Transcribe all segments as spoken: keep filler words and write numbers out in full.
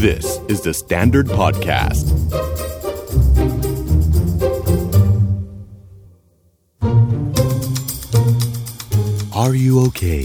This is the Standard Podcast. Are you okay?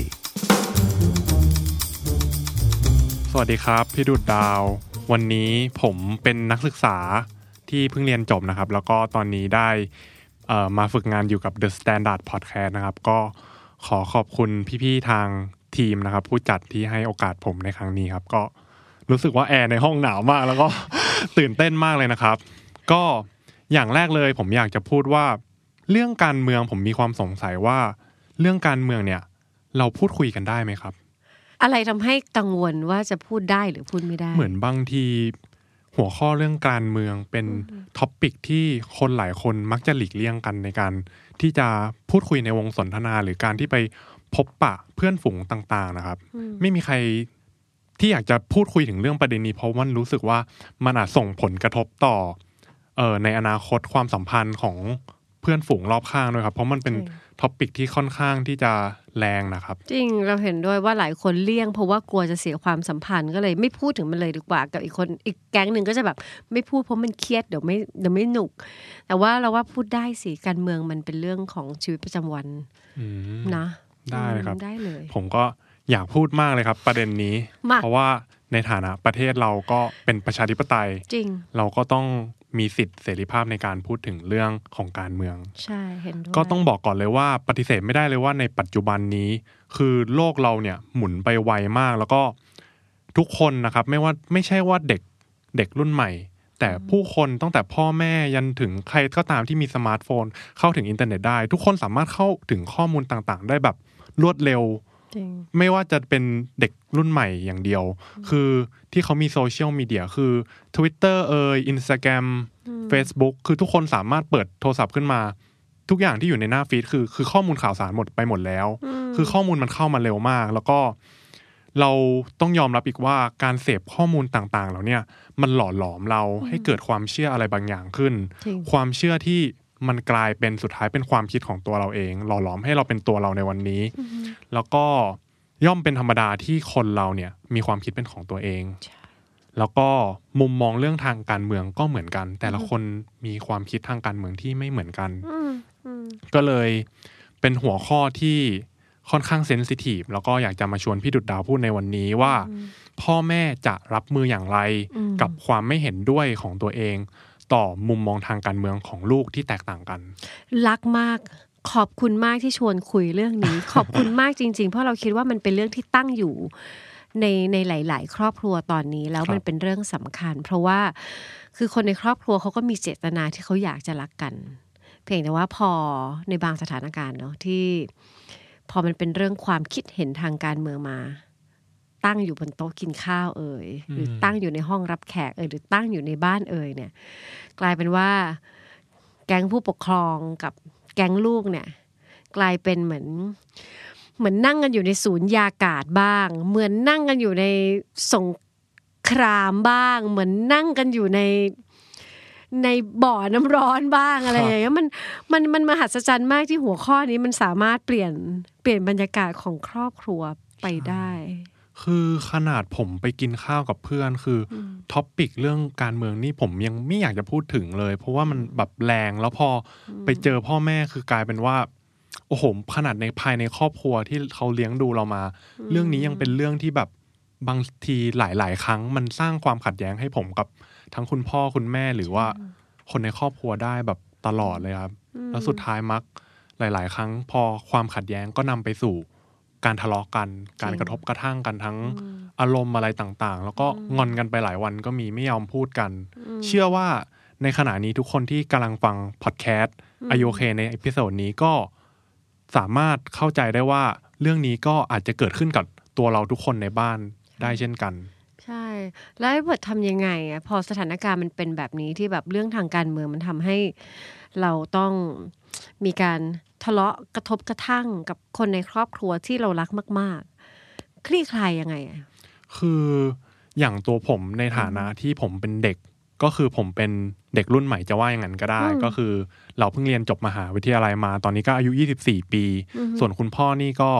สวัสดีครับพี่ดุจดาววันนี้ผมเป็นนักศึกษาที่เพิ่งเรียนจบนะครับแล้วก็ตอนนี้ได้เอ่อมาฝึกงานอยู่กับ The Standard Podcast นะครับก็ขอขอบคุณพี่ๆทางทีมนะครับผู้จัดที่ให้โอกาสผมในครั้งนี้ครับก็รู้สึกว่าแอร์ในห้องหนาวมากแล้วก็ ตื่นเต้นมากเลยนะครับก็อย่างแรกเลยผมอยากจะพูดว่าเรื่องการเมืองผมมีความสงสัยว่าเรื่องการเมืองเนี่ยเราพูดคุยกันได้ไหมครับอะไรทำให้กังวลว่าจะพูดได้หรือพูดไม่ได้เหมือนบางทีหัวข้อเรื่องการเมืองเป็นท็อปิกที่คนหลายคนมักจะหลีกเลี่ยงกันในการที่จะพูดคุยในวงสนทนาหรือการที่ไปพบปะเพื่อนฝูงต่างๆนะครับไม่มีใครที่อยากจะพูดคุยถึงเรื่องประเด็นนี้เพราะมันรู้สึกว่ามันอาจส่งผลกระทบต่อเอ่อในอนาคตความสัมพันธ์ของเพื่อนฝูงรอบข้างด้วยครับเพราะมันเป็นท็อปิกที่ค่อนข้างที่จะแรงนะครับจริงเราเห็นด้วยว่าหลายคนเลี่ยงเพราะว่ากลัวจะเสียความสัมพันธ์ก็เลยไม่พูดถึงมันเลยดีกว่ากับอีกคนอีกแก๊งหนึ่งก็จะแบบไม่พูดเพราะมันเครียดเดี๋ยวไม่เดี๋ยวไม่หนุกแต่ว่าเราว่าพูดได้สิการเมืองมันเป็นเรื่องของชีวิตประจำวันนะได้ครับได้เลยผมก็อยากพูดมากเลยครับประเด็นนี้เพราะว่าในฐานะประเทศเราก็เป็นประชาธิปไตยจริงเราก็ต้องมีสิทธิเสรีภาพในการพูดถึงเรื่องของการเมืองใช่เห็นด้วยก็ต้องบอกก่อนเลยว่าปฏิเสธไม่ได้เลยว่าในปัจจุบันนี้คือโลกเราเนี่ยหมุนไปไวมากแล้วก็ทุกคนนะครับไม่ว่าไม่ใช่ว่าเด็กเด็กรุ่นใหม่แต่ผู้คนตั้งแต่พ่อแม่ยันถึงใครก็ตามที่มีสมาร์ทโฟนเข้าถึงอินเทอร์เน็ตได้ทุกคนสามารถเข้าถึงข้อมูลต่างๆได้แบบรวดเร็วไม่ว่าจะเป็นเด็กรุ่นใหม่อย่างเดียวคือที่เขามีโซเชียลมีเดียคือ Twitter เอ่ย Instagram Facebook คือทุกคนสามารถเปิดโทรศัพท์ขึ้นมาทุกอย่างที่อยู่ในหน้าฟีดคือคือข้อมูลข่าวสารหมดไปหมดแล้วคือข้อมูลมันเข้ามาเร็วมากแล้วก็เราต้องยอมรับอีกว่าการเสพข้อมูลต่างๆเหล่านี้มันหล่อหลอมเราให้เกิดความเชื่ออะไรบางอย่างขึ้นความเชื่อที่มันกลายเป็นสุดท้ายเป็นความคิดของตัวเราเองหล่อหลอมให้เราเป็นตัวเราในวันนี้แล้วก็ย่อมเป็นธรรมดาที่คนเราเนี่ยมีความคิดเป็นของตัวเองแล้วก็มุมมองเรื่องทางการเมืองก็เหมือนกันแต่ละคนมีความคิดทางการเมืองที่ไม่เหมือนกันก็เลยเป็นหัวข้อที่ค่อนข้างเซนซิทีฟแล้วก็อยากจะมาชวนพี่ดุจดาวพูดในวันนี้ว่าพ่อแม่จะรับมืออย่างไรกับความไม่เห็นด้วยของตัวเองต่อมุมมองทางการเมืองของลูกที่แตกต่างกันรักมากขอบคุณมากที่ชวนคุยเรื่องนี้ ขอบคุณมากจริงๆเพราะเราคิดว่ามันเป็นเรื่องที่ตั้งอยู่ในในหลายๆครอบครัวตอนนี้แล้วมันเป็นเรื่องสำคัญเพราะว่าคือคนในครอบครัวเขาก็มีเจตนาที่เขาอยากจะรักกันเพียงแต่ว่าพอในบางสถานการณ์เนาะที่พอมันเป็นเรื่องความคิดเห็นทางการเมืองมาตั้งอยู่บนโต๊ะกินข้าวเอ่ยหรือตั้งอยู่ในห้องรับแขกเอ่ยหรือตั้งอยู่ในบ้านเอ่ยเนี่ยกลายเป็นว่าแก๊งผู้ปกครองกับแก๊งลูกเนี่ยกลายเป็นเหมือนเหมือนนั่งกันอยู่ในศูนย์ยากาศบ้างเหมือนนั่งกันอยู่ในสงครามบ้างเหมือนนั่งกันอยู่ในในบ่อน้ำร้อนบ้างอะไรอย่างเงี้ยมันมันมันมหัศจรรย์มากที่หัวข้อนี้มันสามารถเปลี่ยนเปลี่ยนบรรยากาศของครอบครัวไปได้คือขนาดผมไปกินข้าวกับเพื่อนคือท็อปปิกเรื่องการเมืองนี่ผมยังไม่อยากจะพูดถึงเลยเพราะว่ามันแบบแรงแล้วพอไปเจอพ่อแม่คือกลายเป็นว่าโอ้โหขนาดในภายในครอบครัวที่เขาเลี้ยงดูเรามาเรื่องนี้ยังเป็นเรื่องที่แบบบางทีหลายๆครั้งมันสร้างความขัดแย้งให้ผมกับทั้งคุณพ่อคุณแม่หรือว่าคนในครอบครัวได้แบบตลอดเลยครับแล้วสุดท้ายมักหลายๆครั้งพอความขัดแย้งก็นำไปสู่การทะเลาะกันการกระทบกระทั่งกันทั้งอารมณ์อะไรต่างๆแล้วก็งอนกันไปหลายวันก็มีไม่ยอมพูดกันเชื่อว่าในขณะนี้ทุกคนที่กำลังฟังพอดแคสต์อายุเคในเอพิโซดนี้ก็สามารถเข้าใจได้ว่าเรื่องนี้ก็อาจจะเกิดขึ้นกับตัวเราทุกคนในบ้านได้เช่นกันใช่แล้วบททำยังไงอ่ะพอสถานการณ์มันเป็นแบบนี้ที่แบบเรื่องทางการเมืองมันทำให้เราต้องมีการทะเลาะกระทบกระทั่งกับคนในครอบครัวที่เรารักมากๆคลี่คลายยังไงอ่ะคืออย่างตัวผมในฐานะที่ผมเป็นเด็กก็คือผมเป็นเด็กรุ่นใหม่จะว่าอย่างนั้นก็ได้ก็คือเราเพิ่งเรียนจบมหาวิทยาลัยมาตอนนี้ก็อายุยี่สิบสี่ปีส่วนคุณพ่อนี่ก็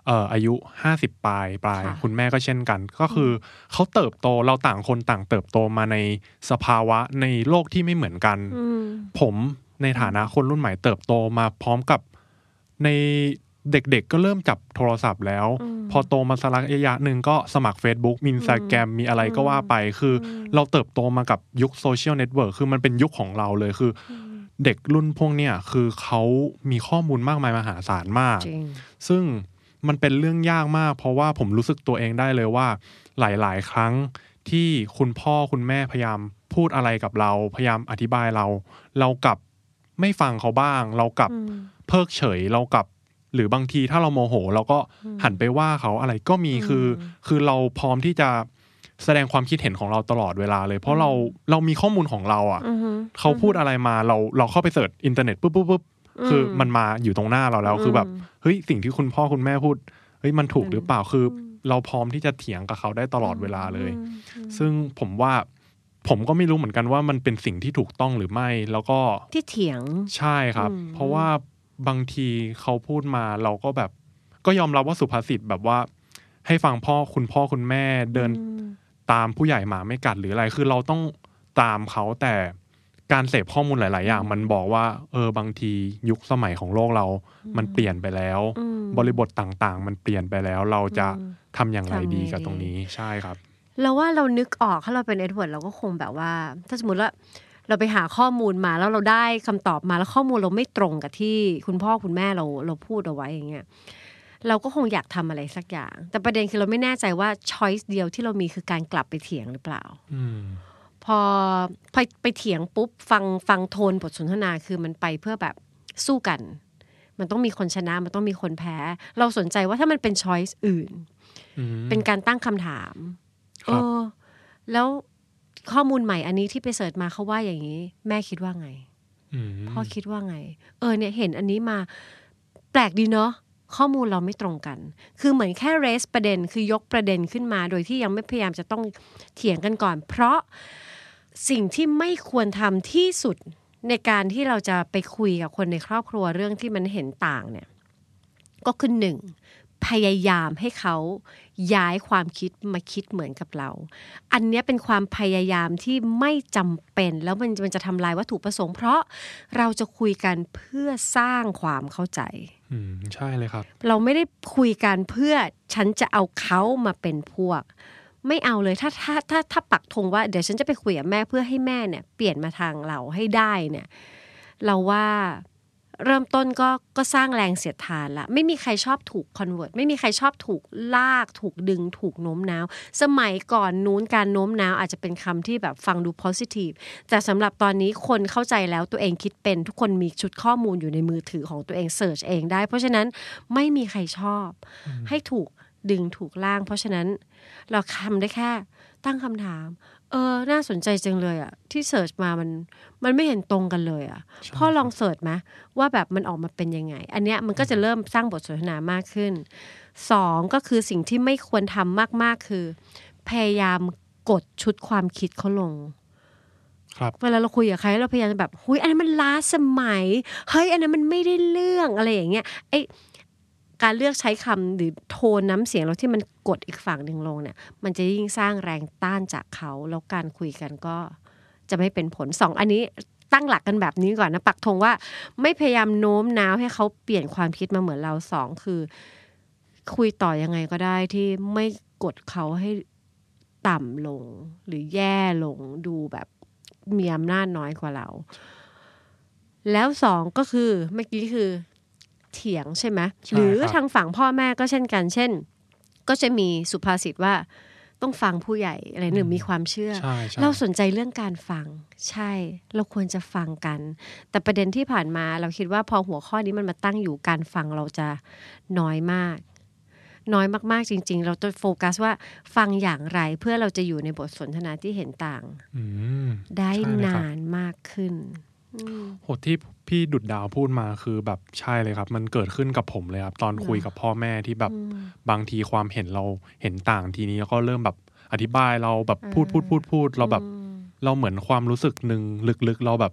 เอ่ออายุห้าสิบปลายปลายคุณแม่ก็เช่นกันก็คือเขาเติบโตเราต่างคนต่างเติบโตมาในสภาวะในโลกที่ไม่เหมือนกันผมในฐานะคนรุ่นใหม่เติบโตมาพร้อมกับในเด็กๆก็เริ่มจับโทรศัพท์แล้วพอโตมาสักระยะหนึ่งก็สมัคร Facebook มี Instagram มีอะไรก็ว่าไปคือเราเติบโตมากับยุคโซเชียลเน็ตเวิร์คคือมันเป็นยุคของเราเลยคือเด็กรุ่นพวกเนี้ยคือเขามีข้อมูลมากมายมหาศาลมากซึ่งมันเป็นเรื่องยากมากเพราะว่าผมรู้สึกตัวเองได้เลยว่าหลายๆครั้งที่คุณพ่อคุณแม่พยายามพูดอะไรกับเราพยายามอธิบายเราเรากลับไม่ฟังเขาบ้างเรากลับเพิกเฉยเรากลับหรือบางทีถ้าเราโมโหเราก็หันไปว่าเขาอะไรก็มีคือคือเราพร้อมที่จะแสดงความคิดเห็นของเราตลอดเวลาเลยเพราะเราเรามีข้อมูลของเราอ่ะเขาพูดอะไรมาเราเราเข้าไปเสิร์ชอินเทอร์เน็ตปุ๊บปุ๊บปุ๊บคือมันมาอยู่ตรงหน้าเราแล้วคือแบบเฮ้ยสิ่งที่คุณพ่อคุณแม่พูดเฮ้ยมันถูกหรือเปล่าคือเราพร้อมที่จะเถียงกับเขาได้ตลอดเวลาเลยซึ่งผมว่าผมก็ไม่รู้เหมือนกันว่ามันเป็นสิ่งที่ถูกต้องหรือไม่แล้วก็ที่เถียงใช่ครับเพราะว่าบางทีเขาพูดมาเราก็แบบก็ยอมรับว่าสุภาษิตแบบว่าให้ฟังพ่อคุณพ่อคุณแม่เดินตามผู้ใหญ่หมาไม่กัดหรืออะไรคือเราต้องตามเขาแต่การเสพข้อมูลหลายๆอย่างมันบอกว่าเออบางทียุคสมัยของโลกเรามันเปลี่ยนไปแล้วบริบทต่างๆมันเปลี่ยนไปแล้วเราจะทำอย่างไรดีกับตรงนี้ใช่ครับเราว่าเรานึกออกถ้าเราเป็นเอ็ดเวิร์ดเราก็คงแบบว่าถ้าสมมติว่าเราไปหาข้อมูลมาแล้วเราได้คำตอบมาแล้วข้อมูลเราไม่ตรงกับที่คุณพ่อคุณแม่เราเราพูดเอาไว้อย่างเงี้ยเราก็คงอยากทำอะไรสักอย่างแต่ประเด็นคือเราไม่แน่ใจว่าช้อยส์เดียวที่เรามีคือการกลับไปเถียงหรือเปล่าพอพอไปเถียงปุ๊บฟังฟังโทนบทสนทนาคือมันไปเพื่อแบบสู้กันมันต้องมีคนชนะมันต้องมีคนแพ้เราสนใจว่าถ้ามันเป็นช้อยส์อื่นเป็นการตั้งคำถามเออแล้วข้อมูลใหม่อันนี้ที่ไปเสิร์ชมาเขาว่าอย่างนี้แม่คิดว่าไงพ่อคิดว่าไงเออเนี่ยเห็นอันนี้มาแปลกดีเนาะข้อมูลเราไม่ตรงกันคือเหมือนแค่เรสประเด็นคือยกประเด็นขึ้นมาโดยที่ยังไม่พยายามจะต้องเถียงกันก่อนเพราะสิ่งที่ไม่ควรทำที่สุดในการที่เราจะไปคุยกับคนในครอบครัวเรื่องที่มันเห็นต่างเนี่ยก็คือหนึ่งพยายามให้เขาย้ายความคิดมาคิดเหมือนกับเราอันนี้เป็นความพยายามที่ไม่จำเป็นแล้วมันมันจะทำลายวัตถุประสงค์เพราะเราจะคุยกันเพื่อสร้างความเข้าใจอืมใช่เลยครับเราไม่ได้คุยกันเพื่อฉันจะเอาเขามาเป็นพวกไม่เอาเลยถ้าถ้าถ้าถ้าปักธงว่าเดี๋ยวฉันจะไปคุยกับแม่เพื่อให้แม่เนี่ยเปลี่ยนมาทางเราให้ได้เนี่ยเราว่าเริ่มต้นก็ก็สร้างแรงเสียดทานละไม่มีใครชอบถูกคอนเวิร์ตไม่มีใครชอบถูกลากถูกดึงถูกโน้มน้าวสมัยก่อนนู้นการโน้มน้าวอาจจะเป็นคำที่แบบฟังดู positive แต่สำหรับตอนนี้คนเข้าใจแล้วตัวเองคิดเป็นทุกคนมีชุดข้อมูลอยู่ในมือถือของตัวเองเสิร์ชเองได้เพราะฉะนั้นไม่มีใครชอบให้ถูกดึงถูกล่างเพราะฉะนั้นเราทำได้แค่ตั้งคำถามเออน่าสนใจจังเลยอ่ะที่เสิร์ชมามันมันไม่เห็นตรงกันเลยอ่ะพ่อลองเสิร์ชไหมว่าแบบมันออกมาเป็นยังไงอันเนี้ยมันก็จะเริ่มสร้างบทสนทนามากขึ้นสองก็คือสิ่งที่ไม่ควรทำมากๆคือพยายามกดชุดความคิดเขาลงครับเวลาเราคุยกับใครเราพยายามแบบหุ้ยอันนั้นมันล้าสมัยเฮ้ยอันนั้นมันไม่ได้เรื่องอะไรอย่างเงี้ยไอการเลือกใช้คำหรือโทนน้ำเสียงเราที่มันกดอีกฝั่งหนึ่งลงเนี่ยมันจะยิ่งสร้างแรงต้านจากเขาแล้วการคุยกันก็จะไม่เป็นผลสองอันนี้ตั้งหลักกันแบบนี้ก่อนนะปักธงว่าไม่พยายามโน้มน้าวให้เขาเปลี่ยนความคิดมาเหมือนเราสองคือคุยต่อยังไงก็ได้ที่ไม่กดเขาให้ต่ำลงหรือแย่ลงดูแบบมีอำนาจน้อยกว่าเราแล้วสองก็คือเมื่อกี้คือเถียงใช่ไหมหรือทางฝั่งพ่อแม่ก็เช่นกันเช่นก็จะมีสุภาษิตว่าต้องฟังผู้ใหญ่อะไรหนึ่งมีความเชื่อเราสนใจเรื่องการฟังใช่เราควรจะฟังกันแต่ประเด็นที่ผ่านมาเราคิดว่าพอหัวข้อนี้มันมาตั้งอยู่การฟังเราจะน้อยมากน้อยมากๆจริงๆเราจะโฟกัสว่าฟังอย่างไรเพื่อเราจะอยู่ในบทสนทนาที่เห็นต่างได้นานมากขึ้นโหที่พี่ดุดดาวพูดมาคือแบบใช่เลยครับมันเกิดขึ้นกับผมเลยครับตอนคุยกับพ่อแม่ที่แบบบางทีความเห็นเราเห็นต่างทีนี้แล้วก็เริ่มแบบอธิบายเราแบบพูดพูดพูดพูดเราแบบเราเหมือนความรู้สึกนึงลึกๆเราแบบ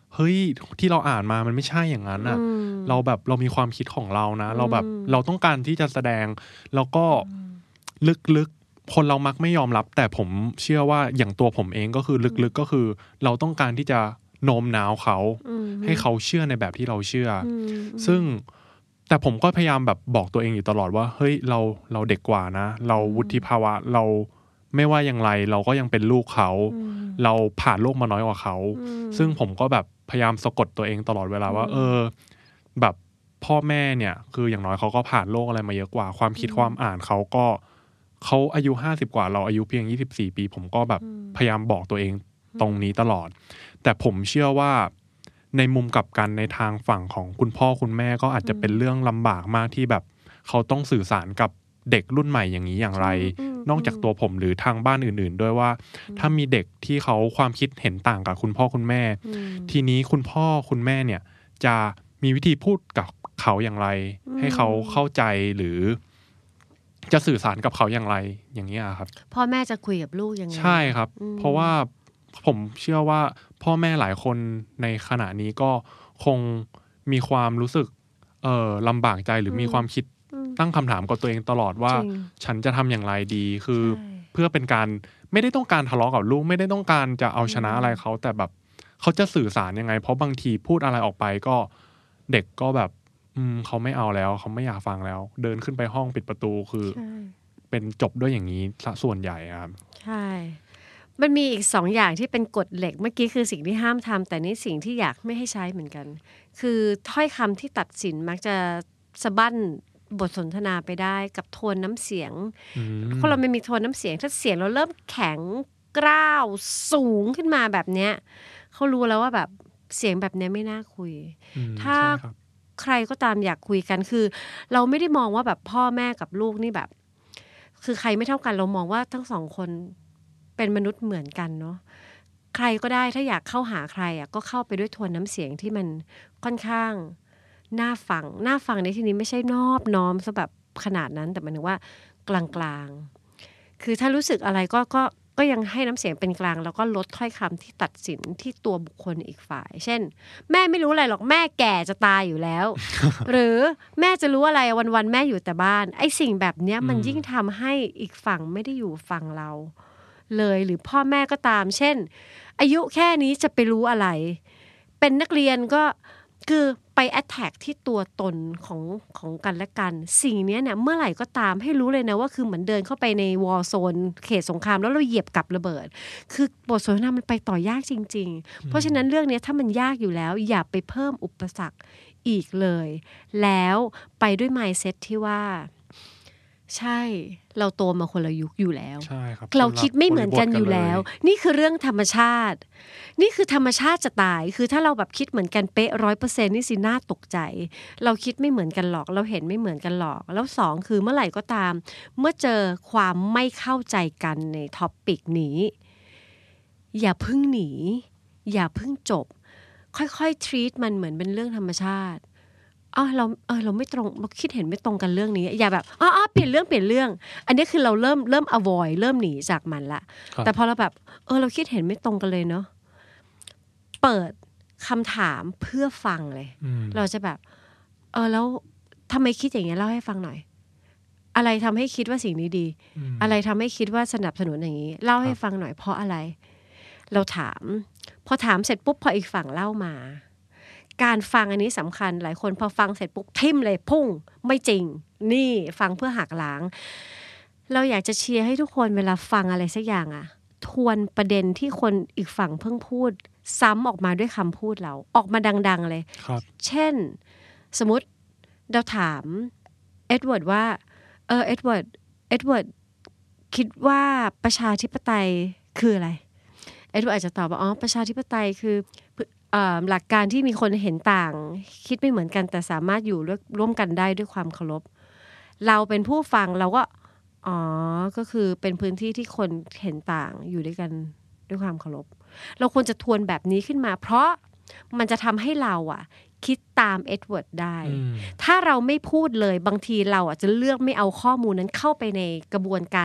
เฮ้ยที่เราอ่านมามันไม่ใช่อย่างนั้นอ่ะเราแบบเรามีความคิดของเรานะเราแบบเราต้องการที่จะแสดงแล้วก็ลึกๆคนเรามักไม่ยอมรับแต่ผมเชื่อว่าอย่างตัวผมเองก็คือลึกๆก็คือเราต้องการที่จะโน้มน้าวเขาให้เขาเชื่อในแบบที่เราเชื่อซึ่งแต่ผมก็พยายามแบบบอกตัวเองอยู่ตลอดว่าเฮ้ยเราเราเด็กกว่านะเราวุฒิภาวะเราไม่ว่าอย่างไรเราก็ยังเป็นลูกเขาเราผ่านโลกมาน้อยกว่าเขาซึ่งผมก็แบบพยายามสะกดตัวเองตลอดเวลาว่าเออแบบพ่อแม่เนี่ยคืออย่างน้อยเขาก็ผ่านโลกอะไรมาเยอะกว่าความคิดความอ่านเขาก็เขาอายุห้าสิบกว่าเราอายุเพียงยี่สิบสี่ปีผมก็แบบพยายามบอกตัวเองตรงนี้ตลอดแต่ผมเชื่อว่าในมุมกลับกันในทางฝั่งของคุณพ่อคุณแม่ก็อาจจะเป็นเรื่องลำบากมากที่แบบเขาต้องสื่อสารกับเด็กรุ่นใหม่อย่างนี้อย่างไรนอกจากตัวผมหรือทางบ้านอื่นๆด้วยว่าถ้ามีเด็กที่เขาความคิดเห็นต่างกับคุณพ่อคุณแม่ทีนี้คุณพ่อคุณแม่เนี่ยจะมีวิธีพูดกับเขาอย่างไรให้เขาเข้าใจหรือจะสื่อสารกับเขาอย่างไรอย่างนี้ครับพ่อแม่จะคุยกับลูกยังไงใช่ครับเพราะว่าผมเชื่อว่าพ่อแม่หลายคนในขณะนี้ก็คงมีความรู้สึกเอ่อลำบากใจหรือมีความคิดตั้งคำถามกับตัวเองตลอดว่าฉันจะทำอย่างไรดีคือเพื่อเป็นการไม่ได้ต้องการทะเลาะกับลูกไม่ได้ต้องการจะเอาชนะอะไรเขาแต่แบบเขาจะสื่อสารยังไงเพราะบางทีพูดอะไรออกไปก็เด็กก็แบบอืมเขาไม่เอาแล้วเขาไม่อยากฟังแล้วเดินขึ้นไปห้องปิดประตูคือเป็นจบด้วยอย่างนี้ส่วนใหญ่ครับใช่มันมีอีกสองอย่างที่เป็นกฎเหล็กเมื่อกี้คือสิ่งที่ห้ามทำแต่นี่สิ่งที่อยากไม่ให้ใช้เหมือนกันคือถ้อยคำที่ตัดสินมักจะสะบั้นบทสนทนาไปได้กับโทนน้ำเสียงเพราะเราไม่มีโทนน้ำเสียงถ้าเสียงเราเริ่มแข็งกร้าวสูงขึ้นมาแบบเนี้ยเขารู้แล้วว่าแบบเสียงแบบนี้ไม่น่าคุยถ้าใครก็ตามอยากคุยกันคือเราไม่ได้มองว่าแบบพ่อแม่กับลูกนี่แบบคือใครไม่เท่ากันเรามองว่าทั้งสองคนเป็นมนุษย์เหมือนกันเนาะใครก็ได้ถ้าอยากเข้าหาใครอ่ะก็เข้าไปด้วยโทนน้ำเสียงที่มันค่อนข้างน่าฟังน่าฟังในที่นี้ไม่ใช่นอบน้อมซะแบบขนาดนั้นแต่หมายถึงว่ากลางๆคือถ้ารู้สึกอะไรก็ก็ก็ยังให้น้ำเสียงเป็นกลางแล้วก็ลดถ้อยคำที่ตัดสินที่ตัวบุคคลอีกฝ่ายเช่นแม่ไม่รู้อะไรหรอกแม่แก่จะตายอยู่แล้ว หรือแม่จะรู้อะไรวันๆแม่อยู่แต่บ้านไอ้สิ่งแบบเนี้ยมันยิ่งทำให้อีกฝั่งไม่ได้อยู่ฝั่งเราเลยหรือพ่อแม่ก็ตามเช่นอายุแค่นี้จะไปรู้อะไรเป็นนักเรียนก็คือไปแอทแทคที่ตัวตนของของกันและกันสิ่งนี้เนี่ยเมื่อไหร่ก็ตามให้รู้เลยนะว่าคือเหมือนเดินเข้าไปในวอร์โซนเขตสงครามแล้วเราเหยียบกับระเบิดคือบทสนทนามันไปต่อยากจริงๆเพราะฉะนั้นเรื่องนี้ถ้ามันยากอยู่แล้วอย่าไปเพิ่มอุปสรรคอีกเลยแล้วไปด้วย mindset ที่ว่าใช่เราโตมาคนละยุคอยู่แล้วเราคิดไม่เหมือนกันอยู่แล้วนี่คือเรื่องธรรมชาตินี่คือธรรมชาติจะตายคือถ้าเราแบบคิดเหมือนกันเป๊ะ ร้อยเปอร์เซ็นต์ นี่สิน่าตกใจเราคิดไม่เหมือนกันหรอกเราเห็นไม่เหมือนกันหรอกแล้วสองคือเมื่อไหร่ก็ตามเมื่อเจอความไม่เข้าใจกันในท็อปปิกนี้อย่าเพิ่งหนีอย่าเพิ่งจบค่อยๆ treat มันเหมือนเป็นเรื่องธรรมชาติอ๋อเราเออเราไม่ตรงเราคิดเห็นไม่ตรงกันเรื่องนี้อย่าแบบอ๋อเปลี่ยนเรื่องเปลี่ยนเรื่องอันนี้คือเราเริ่มเริ่ม avoid เริ่มหนีจากมันละแต่พอเราแบบเออเราคิดเห็นไม่ตรงกันเลยเนาะเปิดคำถามเพื่อฟังเลยเราจะแบบเออแล้วทำไมคิดอย่างเงี้ยเล่าให้ฟังหน่อยอะไรทำให้คิดว่าสิ่งนี้ดีอะไรทำให้คิดว่าสนับสนุนอย่างนี้เล่าให้ฟังหน่อยเพราะอะไรเราถามพอถามเสร็จปุ๊บพออีกฝั่งเล่ามาการฟังอันนี้สำคัญหลายคนพอฟังเสร็จปุ๊บทิ่มเลยพุ่งไม่จริงนี่ฟังเพื่อหักล้างเราอยากจะเชียร์ให้ทุกคนเวลาฟังอะไรสักอย่างอะทวนประเด็นที่คนอีกฝั่งเพิ่งพูดซ้ำออกมาด้วยคำพูดเราออกมาดังๆเลยเช่นสมมติเราถามเอ็ดเวิร์ดว่าเออเอ็ดเวิร์ดเอ็ดเวิร์ดคิดว่าประชาธิปไตยคืออะไรเอ็ดเวิร์ดอาจจะตอบว่าอ๋อประชาธิปไตยคือหลักการที่มีคนเห็นต่างคิดไม่เหมือนกันแต่สามารถอยู่ร่วมกันได้ด้วยความเคารพเราเป็นผู้ฟังเราก็อ๋อก็คือเป็นพื้นที่ที่คนเห็นต่างอยู่ด้วยกันด้วยความเคารพเราควรจะทวนแบบนี้ขึ้นมาเพราะมันจะทำให้เราอ่ะคิดตามเอ็ดเวิร์ดได้ถ้าเราไม่พูดเลยบางทีเราอ่ะจะเลือกไม่เอาข้อมูลนั้นเข้าไปในกระบวนการ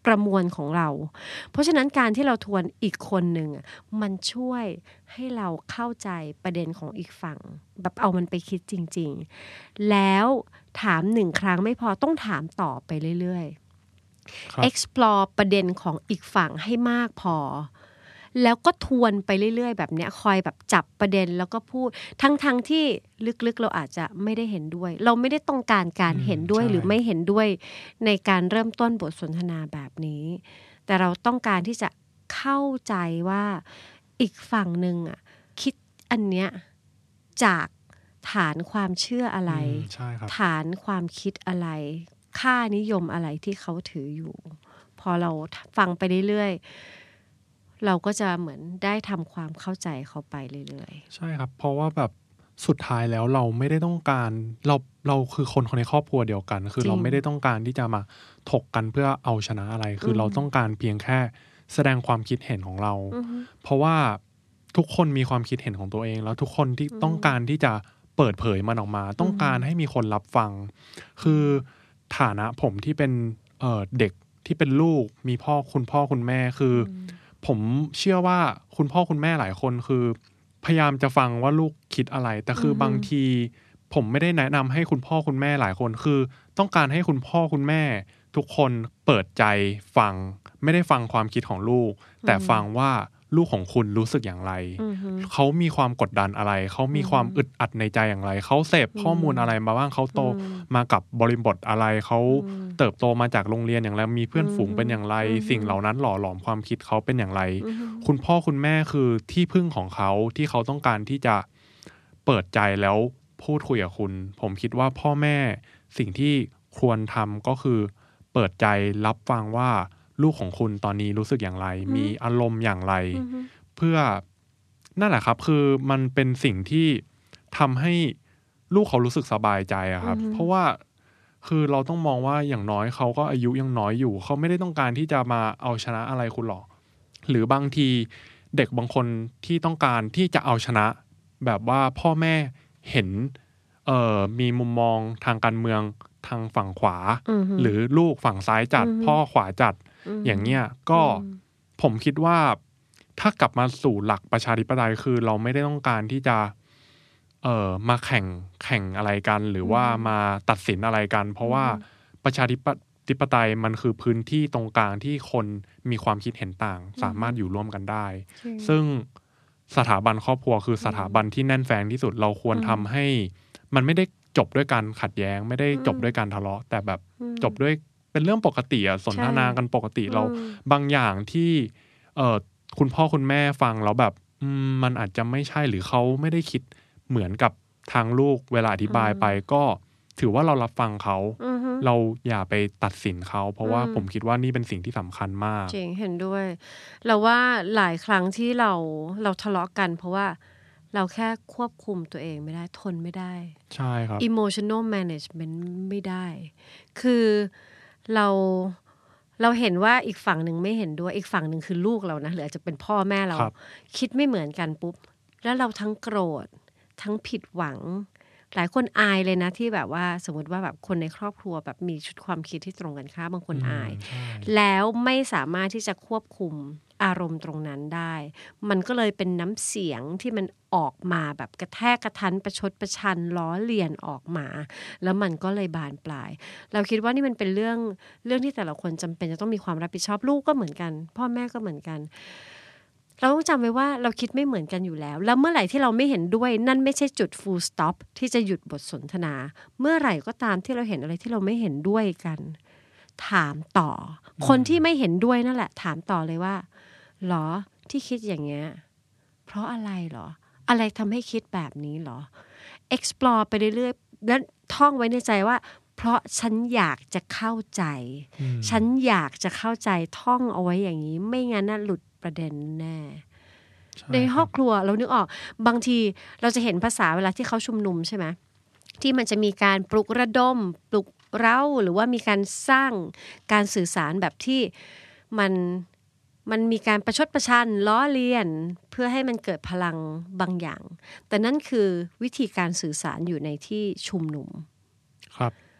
ประมวลของเราเพราะฉะนั้นการที่เราทวนอีกคนหนึ่งมันช่วยให้เราเข้าใจประเด็นของอีกฝั่งแบบเอามันไปคิดจริงๆแล้วถามหนึ่งครั้งไม่พอต้องถามต่อไปเรื่อยๆ explore ประเด็นของอีกฝั่งให้มากพอแล้วก็ทวนไปเรื่อยๆแบบเนี้ยคอยแบบจับประเด็นแล้วก็พูดทั้งๆที่ลึกๆเราอาจจะไม่ได้เห็นด้วยเราไม่ได้ต้องการการเห็นด้วยหรือไม่เห็นด้วยในการเริ่มต้นบทสนทนาแบบนี้แต่เราต้องการที่จะเข้าใจว่าอีกฝั่งหนึ่งอ่ะคิดอันเนี้ยจากฐานความเชื่ออะไรฐานความคิดอะไรค่านิยมอะไรที่เขาถืออยู่พอเราฟังไปเรื่อยๆเราก็จะเหมือนได้ทำความเข้าใจเขาไปเรื่อยๆใช่ครับเพราะว่าแบบสุดท้ายแล้วเราไม่ได้ต้องการเราเราคือคนในครอบครัวเดียวกันคือเราไม่ได้ต้องการที่จะมาถกกันเพื่อเอาชนะอะไรคือเราต้องการเพียงแค่แสดงความคิดเห็นของเราเพราะว่าทุกคนมีความคิดเห็นของตัวเองแล้วทุกคนที่ต้องการที่จะเปิดเผยมันออกมาต้องการให้มีคนรับฟังคือฐานะผมที่เป็นเอ่อเด็กที่เป็นลูกมีพ่อคุณพ่อคุณแม่คือผมเชื่อว่าคุณพ่อคุณแม่หลายคนคือพยายามจะฟังว่าลูกคิดอะไรแต่คือบางทีผมไม่ได้แนะนำให้คุณพ่อคุณแม่หลายคนคือต้องการให้คุณพ่อคุณแม่ทุกคนเปิดใจฟังไม่ได้ฟังความคิดของลูกแต่ฟังว่าลูกของคุณรู้สึกอย่างไรเขามีความกดดันอะไรเขามีความอึดอัดในใจอย่างไรเขาเสพข้อมูลอะไรมาบ้างเขาโตมากับบริบทอะไรเขาเติบโตมาจากโรงเรียนอย่างไรมีเพื่อนฝูงเป็นอย่างไรสิ่งเหล่านั้นหล่อหลอมความคิดเขาเป็นอย่างไรคุณพ่อคุณแม่คือที่พึ่งของเขาที่เขาต้องการที่จะเปิดใจแล้วพูดคุยกับคุณผมคิดว่าพ่อแม่สิ่งที่ควรทำก็คือเปิดใจรับฟังว่าลูกของคุณตอนนี้รู้สึกอย่างไรมีอารมณ์อย่างไรเพื่อนั่นแหละครับคือมันเป็นสิ่งที่ทำให้ลูกเขารู้สึกสบายใจอะครับเพราะว่าคือเราต้องมองว่าอย่างน้อยเขาก็อายุยังน้อยอยู่เขาไม่ได้ต้องการที่จะมาเอาชนะอะไรคุณหรอกหรือบางทีเด็กบางคนที่ต้องการที่จะเอาชนะแบบว่าพ่อแม่เห็นเอ่อมีมุมมองทางการเมืองทางฝั่งขวาหรือลูกฝั่งซ้ายจัดพ่อขวาจัดอย่างเงี้ยก็ผมคิดว่าถ้ากลับมาสู่หลักประชาธิปไตยคือเราไม่ได้ต้องการที่จะเอ่อมาแข่งแข่งอะไรกันหรือว่ามาตัดสินอะไรกันเพราะว่าประชาธิปไตยมันคือพื้นที่ตรงกลางที่คนมีความคิดเห็นต่างสามารถอยู่ร่วมกันได้ซึ่งสถาบันครอบครัวคือสถาบันที่แน่นแฟ้งที่สุดเราควรทำให้มันไม่ได้จบด้วยการขัดแย้งไม่ได้จบด้วยการทะเลาะแต่แบบจบด้วยเป็นเรื่องปกติอะสนทนากันปกติเราบางอย่างที่เอ่อคุณพ่อคุณแม่ฟังแล้วแบบมันอาจจะไม่ใช่หรือเขาไม่ได้คิดเหมือนกับทางลูกเวลาอธิบายไปก็ถือว่าเรารับฟังเขาเราอย่าไปตัดสินเขาเพราะว่าผมคิดว่านี่เป็นสิ่งที่สำคัญมากจริงเห็นด้วยเราว่าหลายครั้งที่เราเราทะเลาะกันเพราะว่าเราแค่ควบคุมตัวเองไม่ได้ทนไม่ได้ใช่ครับ emotional management ไม่ได้คือเราเราเห็นว่าอีกฝั่งหนึ่งไม่เห็นด้วยอีกฝั่งหนึ่งคือลูกเรานะหรืออาจจะเป็นพ่อแม่เราคิดไม่เหมือนกันปุ๊บแล้วเราทั้งโกรธทั้งผิดหวังหลายคนอายเลยนะที่แบบว่าสมมติว่าแบบคนในครอบครัวแบบมีชุดความคิดที่ตรงกันข้ามบางคนอายแล้วไม่สามารถที่จะควบคุมอารมณ์ตรงนั้นได้มันก็เลยเป็นน้ำเสียงที่มันออกมาแบบกระแทกกระทันประชดประชันล้อเลียนออกมาแล้วมันก็เลยบานปลายเราคิดว่านี่มันเป็นเรื่องเรื่องที่แต่ละคนจำเป็นจะต้องมีความรับผิดชอบลูกก็เหมือนกันพ่อแม่ก็เหมือนกันเราต้องจำไว้ว่าเราคิดไม่เหมือนกันอยู่แล้วแล้วเมื่อไหร่ที่เราไม่เห็นด้วยนั่นไม่ใช่จุด full stop ที่จะหยุดบทสนทนาเมื่อไหร่ก็ตามที่เราเห็นอะไรที่เราไม่เห็นด้วยกันถามต่อคนที่ไม่เห็นด้วยนั่นแหละถามต่อเลยว่าหรอที่คิดอย่างเงี้ยเพราะอะไรหรออะไรทำให้คิดแบบนี้หรอ explore ไปเรื่อยๆแล้วท่องไว้ในใจว่าเพราะฉันอยากจะเข้าใจฉันอยากจะเข้าใจท่องเอาไว้อย่างนี้ไม่งั้นน่ะหลุดประเด็นแน่ในครอบครัวเรานึกออกบางทีเราจะเห็นภาษาเวลาที่เขาชุมนุมใช่ไหมที่มันจะมีการปลุกระดมปลุกเร้าหรือว่ามีการสร้างการสื่อสารแบบที่มันมันมีการประชดประชันล้อเลียนเพื่อให้มันเกิดพลังบางอย่างแต่นั่นคือวิธีการสื่อสารอยู่ในที่ชุมนุมครับ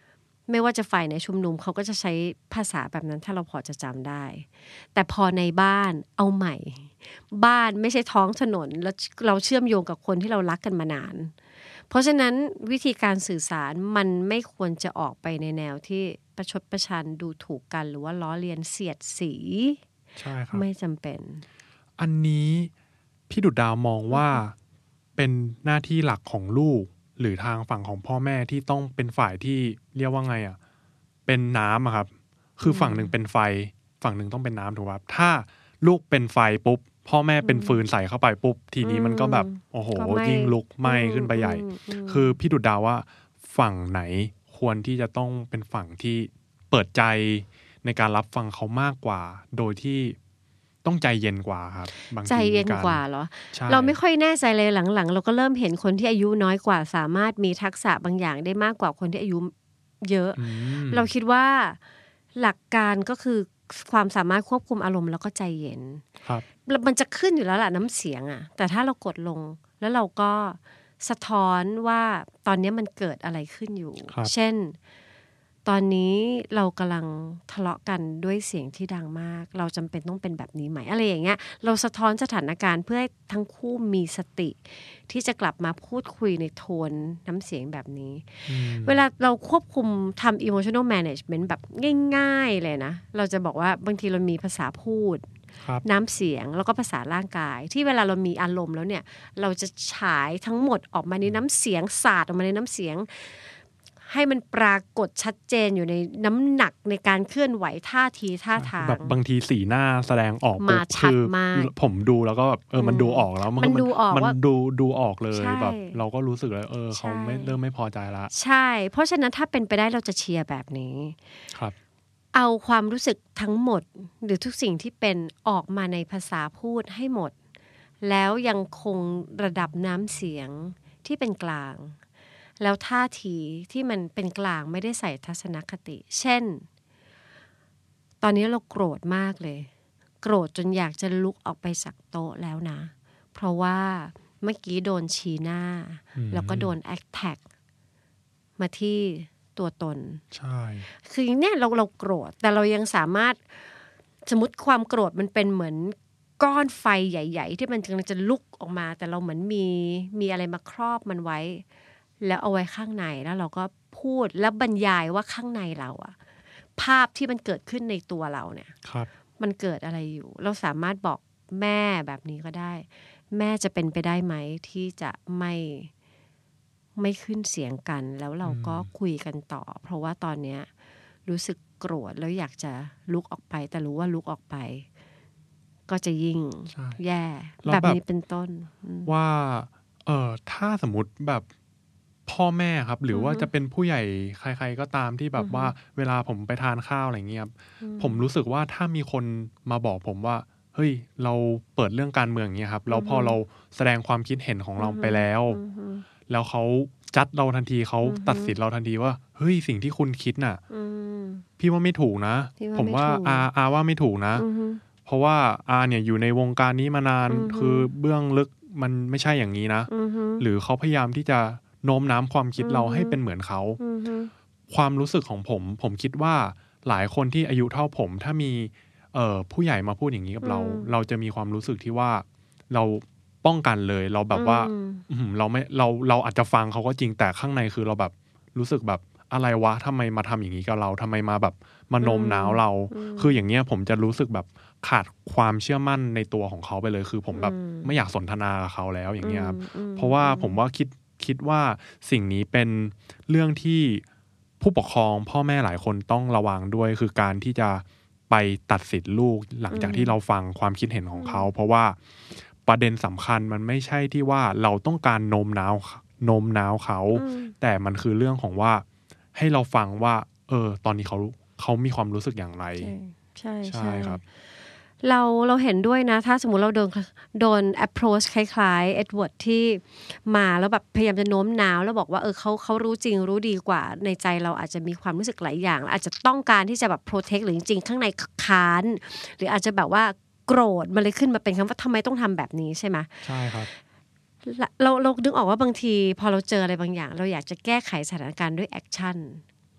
ไม่ว่าจะฝ่ายในชุมนุมเขาก็จะใช้ภาษาแบบนั้นถ้าเราพอจะจำได้แต่พอในบ้านเอาใหม่บ้านไม่ใช่ท้องถนนแล้วเราเชื่อมโยงกับคนที่เรารักกันมานานเพราะฉะนั้นวิธีการสื่อสารมันไม่ควรจะออกไปในแนวที่ประชดประชันดูถูกกันหรือว่าล้อเลียนเสียดสีใช่ครับไม่จำเป็นอันนี้พี่ดุจดาวมองว่าเป็นหน้าที่หลักของลูกหรือทางฝั่งของพ่อแม่ที่ต้องเป็นฝ่ายที่เรียกว่าไงอ่ะเป็นน้ำอะครับคือฝั่งหนึ่งเป็นไฟฝั่งหนึ่งต้องเป็นน้ำถูกป่ะถ้าลูกเป็นไฟปุ๊บพ่อแม่เป็นฟืนใส่เข้าไปปุ๊บทีนี้มันก็แบบโอ้โหยิ่งลุกไหม้ขึ้นไปใหญ่คือพี่ดุจดาวว่าฝั่งไหนควรที่จะต้องเป็นฝั่งที่เปิดใจในการรับฟังเขามากกว่าโดยที่ต้องใจเย็นกว่าครับบางทีใจเย็นกว่าเหรอเราไม่ค่อยแน่ใจเลยหลังๆเราก็เริ่มเห็นคนที่อายุน้อยกว่าสามารถมีทักษะบางอย่างได้มากกว่าคนที่อายุเยอะเราคิดว่าหลักการก็คือความสามารถควบคุมอารมณ์แล้วก็ใจเย็นครับมันจะขึ้นอยู่แล้วล่ะน้ำเสียงอ่ะแต่ถ้าเรากดลงแล้วเราก็สะท้อนว่าตอนนี้มันเกิดอะไรขึ้นอยู่เช่นตอนนี้เรากำลังทะเลาะกันด้วยเสียงที่ดังมากเราจำเป็นต้องเป็นแบบนี้ไหมอะไรอย่างเงี้ยเราสะท้อนสถานการณ์เพื่อให้ทั้งคู่มีสติที่จะกลับมาพูดคุยในโทนน้ำเสียงแบบนี้เวลาเราควบคุมทำ emotional management แบบง่ายๆเลยนะเราจะบอกว่าบางทีเรามีภาษาพูดน้ำเสียงแล้วก็ภาษาร่างกายที่เวลาเรามีอารมณ์แล้วเนี่ยเราจะฉายทั้งหมดออกมาในน้ำเสียงสาดออกมาในน้ำเสียงให้มันปรากฏชัดเจนอยู่ในน้ำหนักในการเคลื่อนไหวท่าทีท่าทางแบบบางทีสีหน้าแสดงออกปุ๊บคือผมดูแล้วก็แบบเออมันดูออกแล้วมันดูออกมันดูดูออกเลยแบบเราก็รู้สึกเลยเออเขาไม่เริ่มไม่พอใจละใช่เพราะฉะนั้นถ้าเป็นไปได้เราจะเชียร์แบบนี้ครับเอาความรู้สึกทั้งหมดหรือทุกสิ่งที่เป็นออกมาในภาษาพูดให้หมดแล้วยังคงระดับน้ำเสียงที่เป็นกลางแล้วท่าทีที่มันเป็นกลางไม่ได้ใส่ทัศนคติเช่นตอนนี้เราโกรธมากเลยโกรธจนอยากจะลุกออกไปจากโต๊ะแล้วนะเพราะว่าเมื่อกี้โดนชี้หน้าแล้วก็โดนแอคแท็กมาที่ตัวตนใช่คือเนี่ยเราเราโกรธแต่เรายังสามารถสมมติความโกรธมันเป็นเหมือนก้อนไฟใหญ่ๆที่มันกำลังจะลุกออกมาแต่เราเหมือนมีมีอะไรมาครอบมันไว้แล้วเอาไว้ข้างในแล้วเราก็พูดและบรรยายว่าข้างในเราอะภาพที่มันเกิดขึ้นในตัวเราเนี่ยมันเกิดอะไรอยู่เราสามารถบอกแม่แบบนี้ก็ได้แม่จะเป็นไปได้ไหมที่จะไม่ไม่ขึ้นเสียงกันแล้วเราก็คุยกันต่อเพราะว่าตอนเนี้ยรู้สึกโกรธแล้วอยากจะลุกออกไปแต่รู้ว่าลุกออกไปก็จะยิ่งแย่แบบนี้เป็นต้นว่าเออถ้าสมมติแบบพ่อแม่ครับหรือว่าจะเป็นผู้ใหญ่ใครๆก็ตามที่แบบว่าเวลาผมไปทานข้าวอะไรเงี้ยครับผมรู้สึกว่าถ้ามีคนมาบอกผมว่าเฮ้ยเราเปิดเรื่องการเมืองอย่างเงี้ยครับแล้วพอเราแสดงความคิดเห็นของเราไปแล้วแล้วเขาจัดเราทันทีเขาตัดสินเราทันทีว่าเฮ้ยสิ่งที่คุณคิดน่ะพี่ว่าไม่ถูกนะผมว่าอาอาว่าไม่ถูกนะเพราะว่าอาเนี่ยอยู่ในวงการนี้มานานคือเบื้องลึกมันไม่ใช่อย่างนี้นะหรือเขาพยายามที่จะโน้มน้ำความคิดเราให้เป็นเหมือนเขาความรู้สึกของผมผมคิดว่าหลายคนที่อายุเท่าผมถ้ามีเอ่อผู้ใหญ่มาพูดอย่างนี้กับเราเราจะมีความรู้สึกที่ว่าเราป้องกันเลยเราแบบว่าเราไม่เราเราอาจจะฟังเขาก็จริงแต่ข้างในคือเราแบบรู้สึกแบบอะไรวะทำไมมาทำอย่างนี้กับเราทำไมมาแบบมาโน้มน้าวเราคืออย่างเงี้ยผมจะรู้สึกแบบขาดความเชื่อมั่นในตัวของเขาไปเลยคือผมแบบไม่อยากสนทนากับเขาแล้วอย่างเงี้ยครับเพราะว่าผมว่าคิดคิดว่าสิ่งนี้เป็นเรื่องที่ผู้ปกครองพ่อแม่หลายคนต้องระวังด้วยคือการที่จะไปตัดสินลูกหลังจากที่เราฟังความคิดเห็นของเขาเพราะว่าประเด็นสำคัญมันไม่ใช่ที่ว่าเราต้องการโน้มน้าวโน้มน้าวเขาแต่มันคือเรื่องของว่าให้เราฟังว่าเออตอนนี้เขาเขามีความรู้สึกอย่างไรใช่ใช่ใช่ครับเราเราเห็นด้วยนะถ้าสมมุติเราโดนโดน approach คล้ายๆเอ็ดเวิร์ดที่มาแล้วแบบพยายามจะโน้มน้าวแล้วบอกว่าเออเขาเขารู้จริงรู้ดีกว่าในใจเราอาจจะมีความรู้สึกหลายอย่างอาจจะต้องการที่จะแบบ protect หรือจริงๆข้างในค้านหรืออาจจะแบบว่าโกรธมันเลยขึ้นมาเป็นคำว่าทำไมต้องทำแบบนี้ใช่ไหมใช่ครับเราเรานึกออกว่าบางทีพอเราเจออะไรบางอย่างเราอยากจะแก้ไขสถานการณ์ด้วยแอคชั่น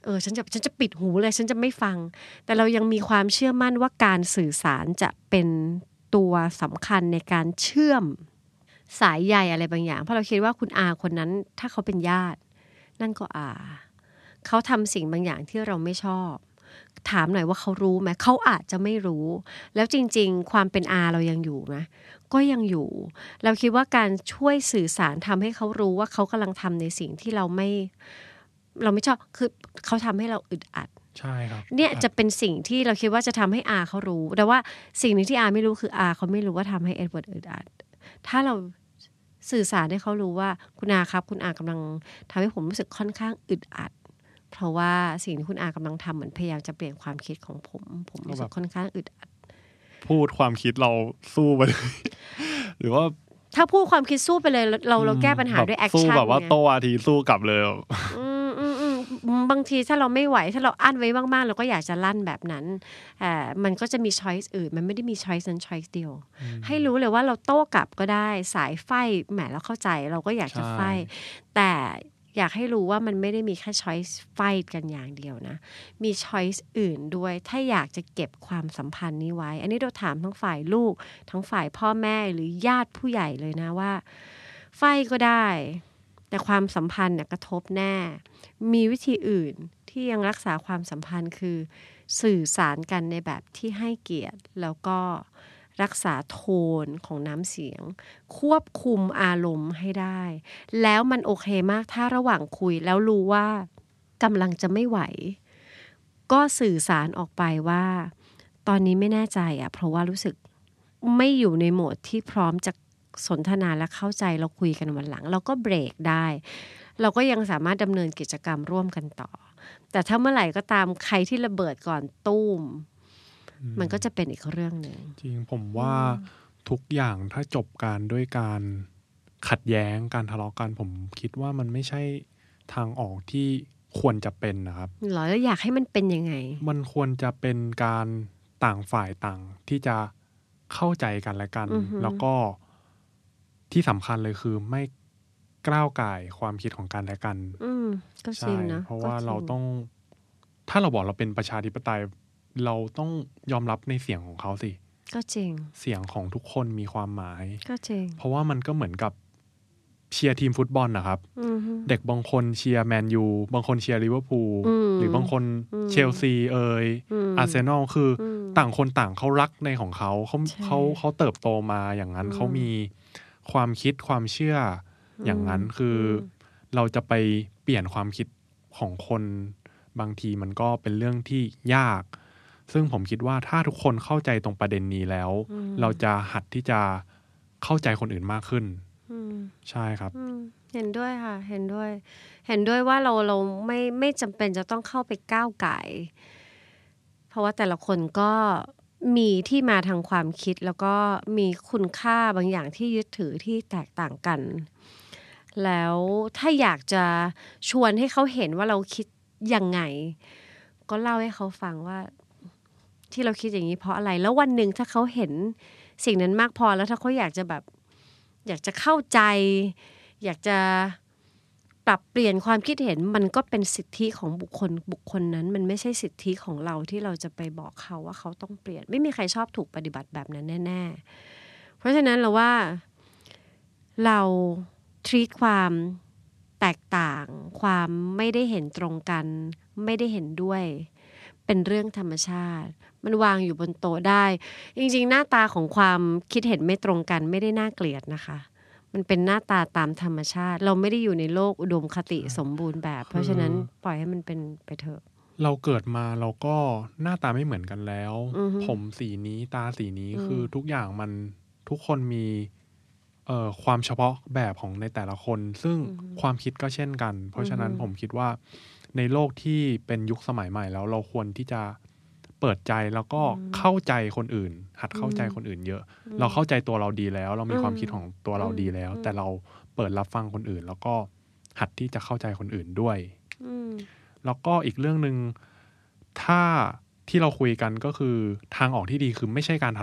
เออฉันจะฉันจะปิดหูเลยฉันจะไม่ฟังแต่เรายังมีความเชื่อมั่นว่าการสื่อสารจะเป็นตัวสำคัญในการเชื่อมสายใยอะไรบางอย่างเพราะเราคิดว่าคุณอาคนนั้นถ้าเขาเป็นญาตินั่นก็อาเขาทำสิ่งบางอย่างที่เราไม่ชอบถามหน่อยว่าเขารู้ไหมเขาอาจจะไม่รู้แล้วจริงๆความเป็นอาเรายังอยู่ไหมก็ยังอยู่เราคิดว่าการช่วยสื่อสารทำให้เขารู้ว่าเขากำลังทำในสิ่งที่เราไม่เราไม่ชอบคือเขาทำให้เราอึดอัดใช่ครับเนี่ยจะเป็นสิ่งที่เราคิดว่าจะทำให้อาเขารู้แต่ว่าสิ่งหนึ่งที่อาไม่รู้คืออาเขาไม่รู้ว่าทำให้เอ็ดเวิร์ดอึดอัดถ้าเราสื่อสารให้เขารู้ว่าคุณอาครับคุณอากำลังทำให้ผมรู้สึกค่อนข้างอึดอัดเพราะว่าสิ่งที่คุณอากำลังทำเหมือนพยายามจะเปลี่ยนความคิดของผมผมรู้สึกค่อนข้างอึดอัดพูดความคิดเราสู้ไปเลย หรือว่าถ้าพูดความคิดสู้ไปเลยเราเราแก้ปัญหาด้วยแอคชั่นสู้แบบว่าโตอาทีสู้กลับเลยบางทีถ้าเราไม่ไหวถ้าเราอั้นไว้มากๆเราก็อยากจะลั่นแบบนั้นแต่มันก็จะมีช้อยส์อื่นมันไม่ได้มีช้อยส์นั้นช้อยส์เดียวให้รู้เลยว่าเราโต้กลับก็ได้สายไฟแหมเราเข้าใจเราก็อยากจะไฟแต่อยากให้รู้ว่ามันไม่ได้มีแค่ช้อยส์ไฟกันอย่างเดียวนะมีช้อยส์อื่นด้วยถ้าอยากจะเก็บความสัมพันธ์นี้ไว้อันนี้เราถามทั้งฝ่ายลูกทั้งฝ่ายพ่อแม่หรือญาติผู้ใหญ่เลยนะว่าไฟก็ได้แต่ความสัมพันธ์เนี่ยกระทบแน่มีวิธีอื่นที่ยังรักษาความสัมพันธ์คือสื่อสารกันในแบบที่ให้เกียรติแล้วก็รักษาโทนของน้ำเสียงควบคุมอารมณ์ให้ได้แล้วมันโอเคมากถ้าระหว่างคุยแล้วรู้ว่ากำลังจะไม่ไหวก็สื่อสารออกไปว่าตอนนี้ไม่แน่ใจอ่ะเพราะว่ารู้สึกไม่อยู่ในโหมดที่พร้อมจะสนทนาและเข้าใจเราคุยกันวันหลังเราก็เบรกได้เราก็ยังสามารถดำเนินกิจกรรมร่วมกันต่อแต่ถ้าเมื่อไหร่ก็ตามใครที่ระเบิดก่อนตุ้มมันก็จะเป็นอีกเรื่องหนึ่งจริงผมว่าทุกอย่างถ้าจบการด้วยการขัดแย้งการทะเลาะกันผมคิดว่ามันไม่ใช่ทางออกที่ควรจะเป็นนะครับหรอแล้วอยากให้มันเป็นยังไงมันควรจะเป็นการต่างฝ่ายต่างที่จะเข้าใจกันและกันแล้วก็ที่สำคัญเลยคือไม่ก้าวก่ายความคิดของกันและกันอืมก็จริงนะเพราะว่าเราต้องถ้าเราบอกเราเป็นประชาธิปไตยเราต้องยอมรับในเสียงของเขาสิก็จริงเสียงของทุกคนมีความหมายก็จริงเพราะว่ามันก็เหมือนกับเชียร์ทีมฟุตบอลนะครับเด็กบางคนเชียร์แมนยูบางคนเชียร์ลิเวอร์พูลหรือบางคนเชลซีเอ่ยอาร์เซนอลคือต่างคนต่างเขารักในของเขาเขาเขาเขาเติบโตมาอย่างนั้นเขามีความคิดความเชื่ออย่างนั้นคือเราจะไปเปลี่ยนความคิดของคนบางทีมันก็เป็นเรื่องที่ยากซึ่งผมคิดว่าถ้าทุกคนเข้าใจตรงประเด็นนี้แล้วเราจะหัดที่จะเข้าใจคนอื่นมากขึ้นใช่ครับเห็นด้วยค่ะเห็นด้วยเห็นด้วยว่าเราเราไม่ไม่จำเป็นจะต้องเข้าไปก้าวไก่เพราะว่าแต่ละคนก็มีที่มาทางความคิดแล้วก็มีคุณค่าบางอย่างที่ยึดถือที่แตกต่างกันแล้วถ้าอยากจะชวนให้เขาเห็นว่าเราคิดยังไงก็เล่าให้เขาฟังว่าที่เราคิดอย่างนี้เพราะอะไรแล้ววันหนึ่งถ้าเขาเห็นสิ่งนั้นมากพอแล้วถ้าเขาอยากจะแบบอยากจะเข้าใจอยากจะปรับเปลี่ยนความคิดเห็นมันก็เป็นสิทธิของบุคคลบุคคลนั้นมันไม่ใช่สิทธิของเราที่เราจะไปบอกเขาว่าเขาต้องเปลี่ยนไม่มีใครชอบถูกปฏิบัติแบบนั้นแน่ๆเพราะฉะนั้นเราว่าเราtreat ความแตกต่างความไม่ได้เห็นตรงกันไม่ได้เห็นด้วยเป็นเรื่องธรรมชาติมันวางอยู่บนโต๊ะได้จริงๆหน้าตาของความคิดเห็นไม่ตรงกันไม่ได้น่าเกลียดนะคะมันเป็นหน้าตาตามธรรมชาติเราไม่ได้อยู่ในโลกอุดมคติสมบูรณ์แบบเพราะฉะนั้นปล่อยให้มันเป็นไปเถอะเราเกิดมาเราก็หน้าตาไม่เหมือนกันแล้วผมสีนี้ตาสีนี้คือทุกอย่างมันทุกคนมีเอ่อความเฉพาะแบบของในแต่ละคนซึ่งความคิดก็เช่นกันเพราะฉะนั้นผมคิดว่าในโลกที่เป็นยุคสมัยใหม่แล้วเราควรที่จะเปิดใจแล้วก็เข้าใจคนอื่นหัดเข้าใจคนอื่นเยอะเราเข้าใจตัวเราดีแล้วเรามีความคิดของตัวเราดีแล้วแต่เราเปิดรับฟังคนอื่นแล้วก็หัดที่จะเข้าใจคนอื่นด้วยแล้วก็อีกเรื่องนึงถ้าที่เราคุยกันก็คือทางออกที่ดีคือไม่ใช่การทะเลาะ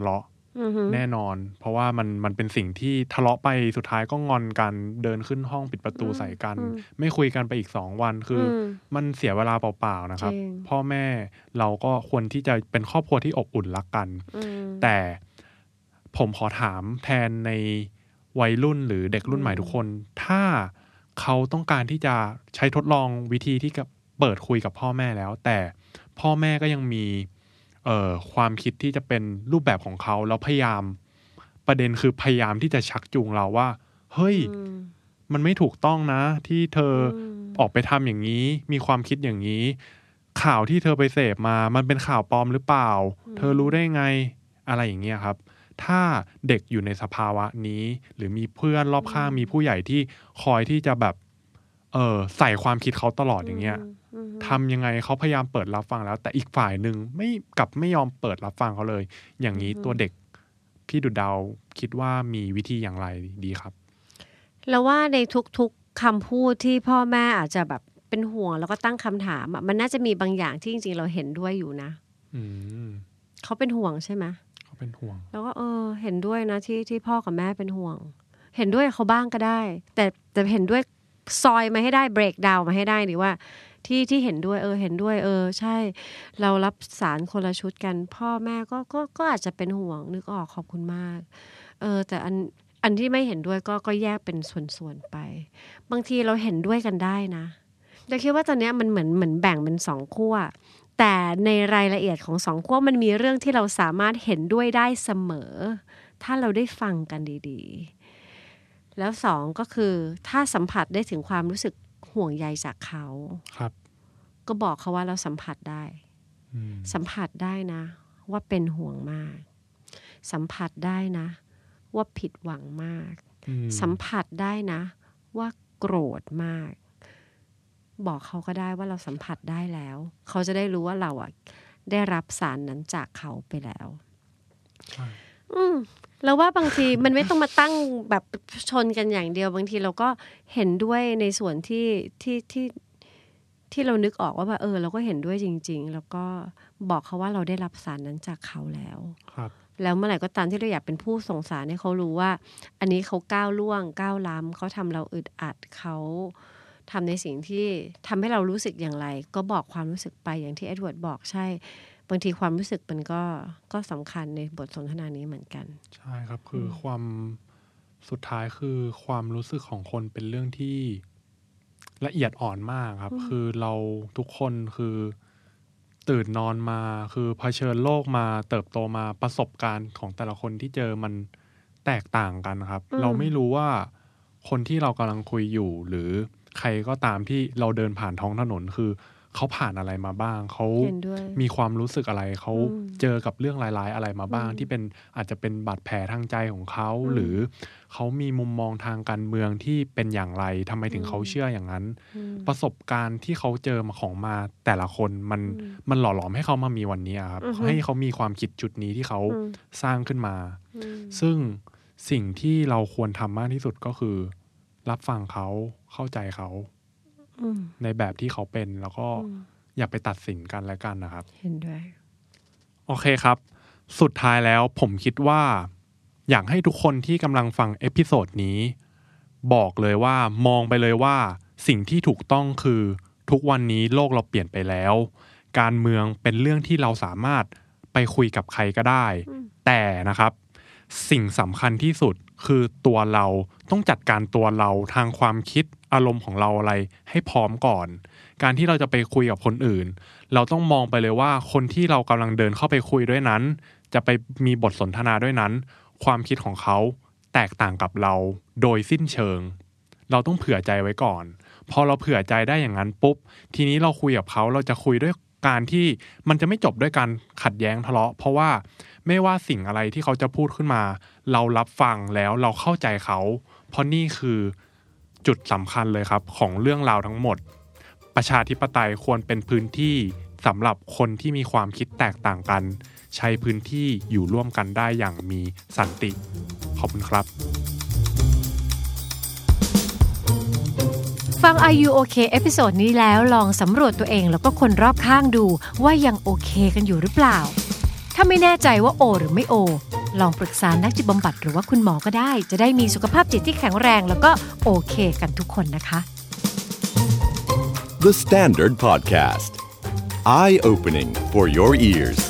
แน่นอนเพราะว่ามันมันเป็นสิ่งที่ทะเลาะไปสุดท้ายก็งอนกันเดินขึ้นห้องปิดประตูใส่กันไม่คุยกันไปอีกสองวันคือมันเสียเวลาเปล่าๆนะครับพ่อแม่เราก็ควรที่จะเป็นครอบครัวที่อบอุ่นรักกันแต่ผมขอถามแทนในวัยรุ่นหรือเด็กรุ่นใหม่ทุกคนถ้าเขาต้องการที่จะใช้ทดลองวิธีที่เปิดคุยกับพ่อแม่แล้วแต่พ่อแม่ก็ยังมีเอ่อความคิดที่จะเป็นรูปแบบของเขาแล้วพยายามประเด็นคือพยายามที่จะชักจูงเราว่าเฮ้ยมันไม่ถูกต้องนะที่เธอออกไปทำอย่างนี้มีความคิดอย่างนี้ข่าวที่เธอไปเสพมามันเป็นข่าวปลอมหรือเปล่าเธอรู้ได้ไงอะไรอย่างเงี้ยครับถ้าเด็กอยู่ในสภาวะนี้หรือมีเพื่อนรอบข้างมีผู้ใหญ่ที่คอยที่จะแบบเออใส่ความคิดเขาตลอดอย่างเงี้ยทำยังไงเขาพยายามเปิดรับฟังแล้วแต่อีกฝ่ายหนึ่งไม่กลับไม่ยอมเปิดรับฟังเขาเลยอย่างนี้ตัวเด็กพี่ดุจดาวคิดว่ามีวิธีอย่างไรดีครับแล้วว่าในทุกๆคำพูดที่พ่อแม่อาจจะแบบเป็นห่วงแล้วก็ตั้งคำถามอ่ะมันน่าจะมีบางอย่างที่จริงๆเราเห็นด้วยอยู่นะเขาเป็นห่วงใช่ไหมเขาเป็นห่วงแล้วก็เออเห็นด้วยนะที่ที่พ่อกับแม่เป็นห่วงเห็นด้วยเขาบ้างก็ได้แต่แต่เห็นด้วยซอยมาให้ได้เบรกดาวน์มาให้ได้ดีว่าที่ที่เห็นด้วยเออเห็นด้วยเออใช่เรารับสารคนละชุดกันพ่อแม่ก็ก็ก็อาจจะเป็นห่วงนึกออกขอบคุณมากเออแต่อันอันที่ไม่เห็นด้วยก็ก็แยกเป็นส่วนๆไปบางทีเราเห็นด้วยกันได้นะแต่คิดว่าตอนนี้มันเหมือนเหมือนแบ่งเป็นสองขั้วแต่ในรายละเอียดของสองขั้วมันมีเรื่องที่เราสามารถเห็นด้วยได้เสมอถ้าเราได้ฟังกันดีๆแล้วสองก็คือถ้าสัมผัสได้ถึงความรู้สึกห่วงใยจากเขาครับก็บอกเขาว่าเราสัมผัสได้สัมผัสได้นะว่าเป็นห่วงมากสัมผัสได้นะว่าผิดหวังมากสัมผัสได้นะว่าโกรธมากบอกเขาก็ได้ว่าเราสัมผัสได้แล้วเขาจะได้รู้ว่าเราอ่ะได้รับสารนั้นจากเขาไปแล้วอืมแล้วว่าบางทีมันไม่ต้องมาตั้งแบบชนกันอย่างเดียวบางทีเราก็เห็นด้วยในส่วนที่ที่ที่ที่เรานึกออกว่าแบบเออเราก็เห็นด้วยจริงๆแล้วก็บอกเขาว่าเราได้รับสารนั้นจากเขาแล้วครับแล้วเมื่อไหร่ก็ตามที่เราอยากเป็นผู้ส่งสารให้เขารู้ว่าอันนี้เขาก้าวล่วงก้าวล้ำเขาทำเราอึดอัดเขาทำในสิ่งที่ทำให้เรารู้สึกอย่างไรก็บอกความรู้สึกไปอย่างที่เอ็ดเวิร์ดบอกใช่บางทีความรู้สึกมันก็ก็สำคัญในบทสนทนานี้เหมือนกันใช่ครับคือความสุดท้ายคือความรู้สึกของคนเป็นเรื่องที่ละเอียดอ่อนมากครับคือเราทุกคนคือตื่นนอนมาคือเผชิญโลกมาเติบโตมาประสบการณ์ของแต่ละคนที่เจอมันแตกต่างกันครับเราไม่รู้ว่าคนที่เรากำลังคุยอยู่หรือใครก็ตามที่เราเดินผ่านท้องถนนคือเขาผ่านอะไรมาบ้างเขามีความรู้สึกอะไรเขาเจอกับเรื่องร้ายๆอะไรมาบ้างที่เป็นอาจจะเป็นบาดแผลทางใจของเขาหรือเขามีมุมมองทางการเมืองที่เป็นอย่างไรทำไมถึงเขาเชื่ออย่างนั้นประสบการณ์ที่เขาเจอมาของมาแต่ละคนมันมันหล่อหลอมให้เขามามีวันนี้ครับให้เขามีความคิดจุดนี้ที่เขาสร้างขึ้นมาซึ่งสิ่งที่เราควรทำมากที่สุดก็คือรับฟังเขาเข้าใจเขาในแบบที่เขาเป็นแล้วก็อย่าไปตัดสินกันและกันนะครับเห็นด้วยโอเคครับสุดท้ายแล้วผมคิดว่าอยากให้ทุกคนที่กำลังฟังเอพิโซดนี้บอกเลยว่ามองไปเลยว่าสิ่งที่ถูกต้องคือทุกวันนี้โลกเราเปลี่ยนไปแล้วการเมืองเป็นเรื่องที่เราสามารถไปคุยกับใครก็ได้แต่นะครับสิ่งสำคัญที่สุดคือตัวเราต้องจัดการตัวเราทางความคิดอารมณ์ของเราอะไรให้พร้อมก่อนการที่เราจะไปคุยกับคนอื่นเราต้องมองไปเลยว่าคนที่เรากำลังเดินเข้าไปคุยด้วยนั้นจะไปมีบทสนทนาด้วยนั้นความคิดของเขาแตกต่างกับเราโดยสิ้นเชิงเราต้องเผื่อใจไว้ก่อนพอเราเผื่อใจได้อย่างนั้นปุ๊บทีนี้เราคุยกับเขาเราจะคุยด้วยการที่มันจะไม่จบด้วยการขัดแย้งทะเลาะเพราะว่าไม่ว่าสิ่งอะไรที่เขาจะพูดขึ้นมาเรารับฟังแล้วเราเข้าใจเขาเพราะนี่คือจุดสำคัญเลยครับของเรื่องราวทั้งหมดประชาธิปไตยควรเป็นพื้นที่สำหรับคนที่มีความคิดแตกต่างกันใช้พื้นที่อยู่ร่วมกันได้อย่างมีสันติขอบคุณครับฟัง Are You OK เอพิโซดนี้แล้วลองสำรวจตัวเองแล้วก็คนรอบข้างดูว่ายังโอเคกันอยู่หรือเปล่าถ้าไม่แน่ใจว่าโอหรือไม่โอลองปรึกษานักจิตบำบัดหรือว่าคุณหมอก็ได้จะได้มีสุขภาพจิตที่แข็งแรงแล้วก็โอเคกันทุกคนนะคะ The Standard Podcast. Eye-opening for your ears.